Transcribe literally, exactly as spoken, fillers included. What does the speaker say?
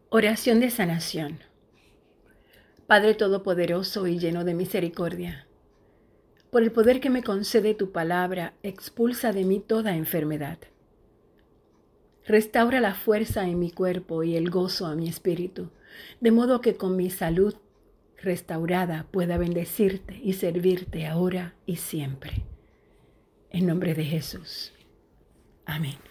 Oración de sanación. Padre Todopoderoso y lleno de misericordia, por el poder que me concede tu palabra, expulsa de mí toda enfermedad. Restaura la fuerza en mi cuerpo y el gozo a mi espíritu, de modo que con mi salud restaurada pueda bendecirte y servirte ahora y siempre. En nombre de Jesús. Amén.